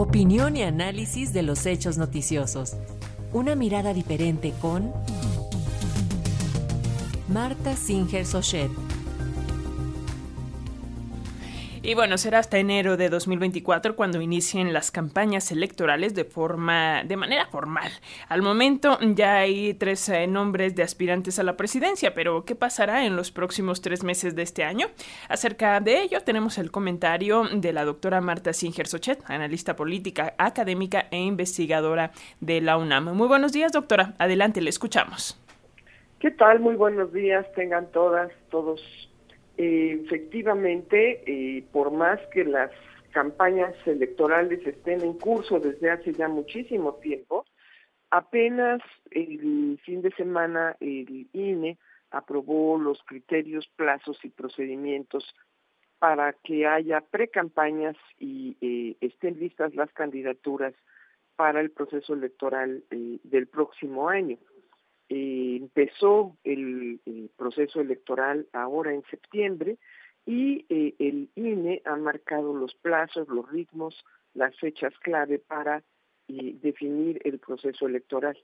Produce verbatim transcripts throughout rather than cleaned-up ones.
Opinión y análisis de los hechos noticiosos. Una mirada diferente con Marta Singer Sochet. Y bueno, será hasta enero de dos mil veinticuatro cuando inicien las campañas electorales de forma, de manera formal. Al momento ya hay tres eh, nombres de aspirantes a la presidencia, pero ¿qué pasará en los próximos tres meses de este año? Acerca de ello tenemos el comentario de la doctora Marta Singer Sochet, analista política, académica e investigadora de la UNAM. Muy buenos días, doctora. Adelante, le escuchamos. ¿Qué tal? Muy buenos días, tengan todas, todos. Eh, efectivamente, eh, por más que las campañas electorales estén en curso desde hace ya muchísimo tiempo, apenas el fin de semana el I N E aprobó los criterios, plazos y procedimientos para que haya precampañas y eh, estén listas las candidaturas para el proceso electoral eh, del próximo año. Eh, empezó el, el proceso electoral ahora en septiembre y eh, el I N E ha marcado los plazos, los ritmos, las fechas clave para eh, definir el proceso electoral.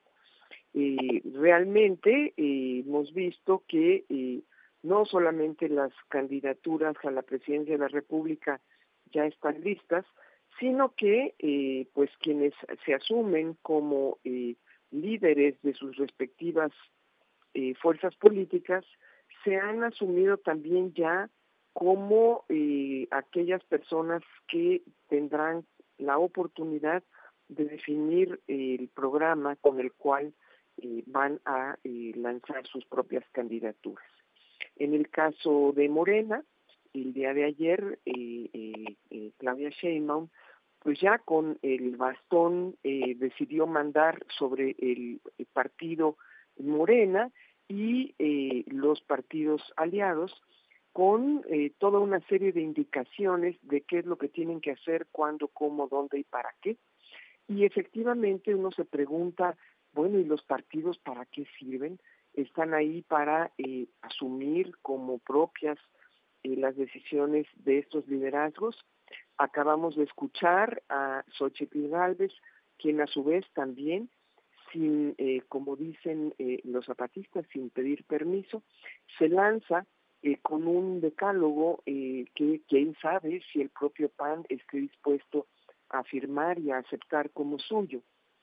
Eh, realmente eh, hemos visto que eh, no solamente las candidaturas a la presidencia de la República ya están listas, sino que eh, pues quienes se asumen como eh, líderes de sus respectivas eh, fuerzas políticas se han asumido también ya como eh, aquellas personas que tendrán la oportunidad de definir eh, el programa con el cual eh, van a eh, lanzar sus propias candidaturas. En el caso de Morena, el día de ayer, eh, eh, eh, Claudia Sheinbaum pues ya con el bastón eh, decidió mandar sobre el, el partido Morena y eh, los partidos aliados con eh, toda una serie de indicaciones de qué es lo que tienen que hacer, cuándo, cómo, dónde y para qué. Y efectivamente uno se pregunta, bueno, ¿y los partidos para qué sirven? Están ahí para eh, asumir como propias eh, las decisiones de estos liderazgos. Acabamos de escuchar a Xochitl Gálvez, quien a su vez también, sin, eh, como dicen eh, los zapatistas, sin pedir permiso, se lanza eh, con un decálogo eh, que quién sabe si el propio P A N esté dispuesto a firmar y a aceptar como suyo.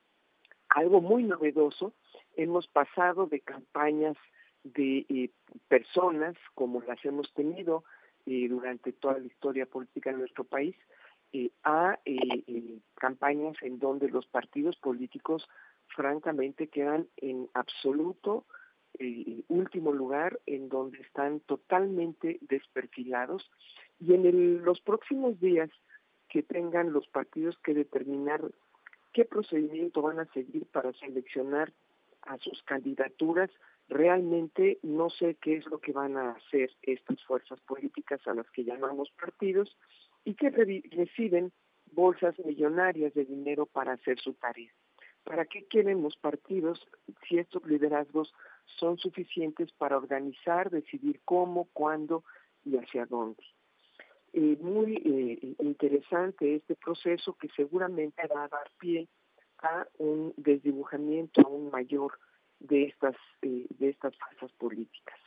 Algo muy novedoso, hemos pasado de campañas de eh, personas, como las hemos tenido eh, durante toda la historia política de nuestro país, eh, a eh, eh, campañas en donde los partidos políticos francamente quedan en absoluto eh, último lugar, en donde están totalmente desperfilados, y en el, los próximos días que tengan los partidos que determinar qué procedimiento van a seguir para seleccionar a sus candidaturas, realmente no sé qué es lo que van a hacer estas fuerzas políticas a las que llamamos partidos y que re- reciben bolsas millonarias de dinero para hacer su tarea. ¿Para qué quieren los partidos si estos liderazgos son suficientes para organizar, decidir cómo, cuándo y hacia dónde? Eh, muy eh, interesante este proceso que seguramente va a dar pie a un desdibujamiento aún mayor de estas eh, de estas fuerzas políticas.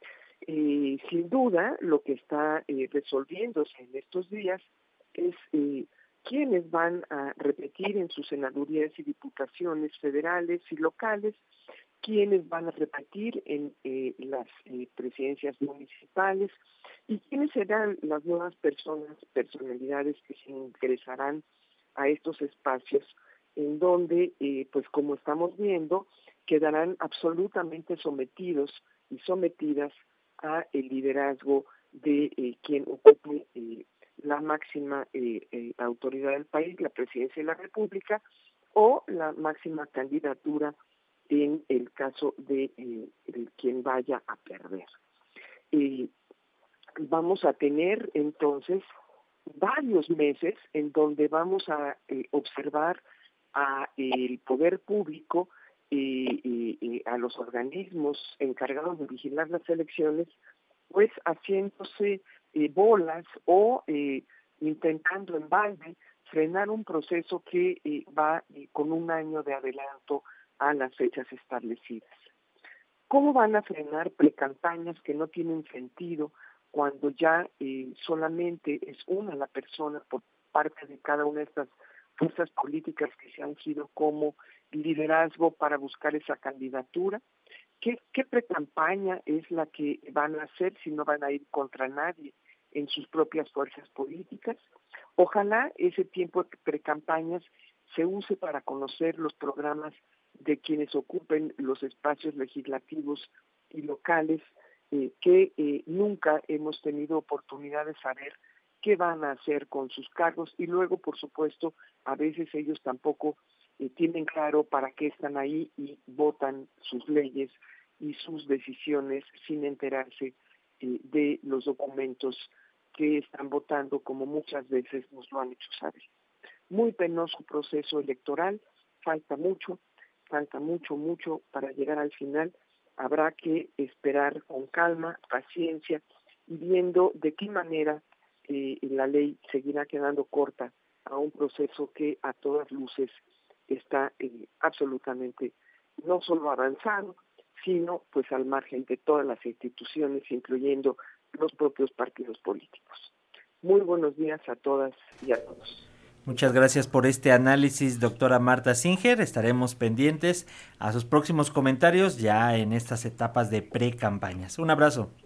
Eh, sin duda, lo que está eh, resolviéndose en estos días es eh, quiénes van a repetir en sus senadurías y diputaciones federales y locales, quiénes van a repetir en eh, las eh, presidencias municipales y quiénes serán las nuevas personas, personalidades que se ingresarán a estos espacios en donde, eh, pues como estamos viendo, quedarán absolutamente sometidos y sometidas a el liderazgo de eh, quien ocupe eh, la máxima eh, eh, autoridad del país, la presidencia de la República, o la máxima candidatura en el caso de, eh, de quien vaya a perder. Eh, vamos a tener entonces varios meses en donde vamos a eh, observar a el poder público, eh, eh, eh, a los organismos encargados de vigilar las elecciones, pues haciéndose eh, bolas o eh, intentando en balde frenar un proceso que eh, va eh, con un año de adelanto a las fechas establecidas. ¿Cómo van a frenar precampañas que no tienen sentido cuando ya eh, solamente es una la persona por parte de cada una de estas fuerzas políticas que se han sido como liderazgo para buscar esa candidatura? ¿Qué, qué precampaña es la que van a hacer si no van a ir contra nadie en sus propias fuerzas políticas? Ojalá ese tiempo de precampañas se use para conocer los programas de quienes ocupen los espacios legislativos y locales eh, que eh, nunca hemos tenido oportunidad de saber qué van a hacer con sus cargos, y luego, por supuesto, a veces ellos tampoco eh, tienen claro para qué están ahí y votan sus leyes y sus decisiones sin enterarse eh, de los documentos que están votando, como muchas veces nos lo han hecho saber. Muy penoso proceso electoral, falta mucho, falta mucho, mucho para llegar al final. Habrá que esperar con calma, paciencia, y viendo de qué manera eh, la ley seguirá quedando corta a un proceso que a todas luces está eh, absolutamente no solo avanzado, sino pues al margen de todas las instituciones, incluyendo los propios partidos políticos. Muy buenos días a todas y a todos. Muchas gracias por este análisis, doctora Marta Singer. Estaremos pendientes a sus próximos comentarios ya en estas etapas de pre-campañas. Un abrazo.